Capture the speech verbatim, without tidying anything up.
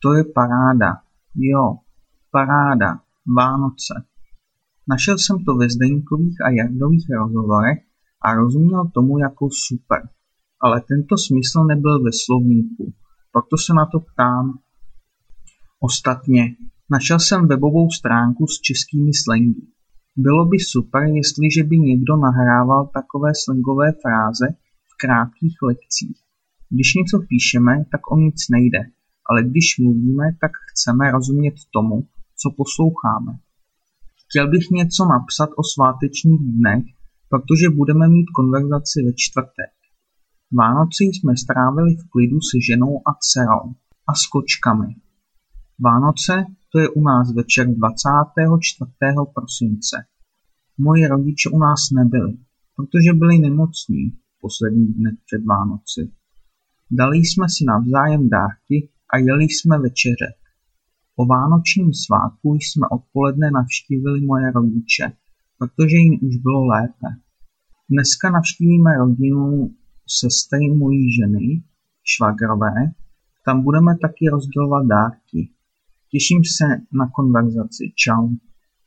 To je paráda. Jo, paráda. Vánoce. Našel jsem to ve Zdeňkových a Jardových rozhovorech a rozuměl tomu jako super. Ale tento smysl nebyl ve slovníku, proto se na to ptám. Ostatně, našel jsem webovou stránku s českými slangy. Bylo by super, jestliže by někdo nahrával takové slangové fráze v krátkých lekcích. Když něco píšeme, tak o nic nejde, ale když mluvíme, tak chceme rozumět tomu, co posloucháme. Chtěl bych něco napsat o svátečních dnech, protože budeme mít konverzaci ve čtvrtek. Vánoce jsme strávili v klidu se ženou a dcerou a s kočkami. Vánoce to je u nás večer dvacátého čtvrtého prosince. Moji rodiče u nás nebyli, protože byli nemocní v posledních dnech před Vánoci. Dali jsme si navzájem dárky a jeli jsme večeřet. O vánočním svátku jsme odpoledne navštívili moje rodiče, protože jim už bylo lépe. Dneska navštívíme rodinu sestry mojí ženy, švagrové, tam budeme taky rozdělovat dárky. Těším se na konverzaci. Čau.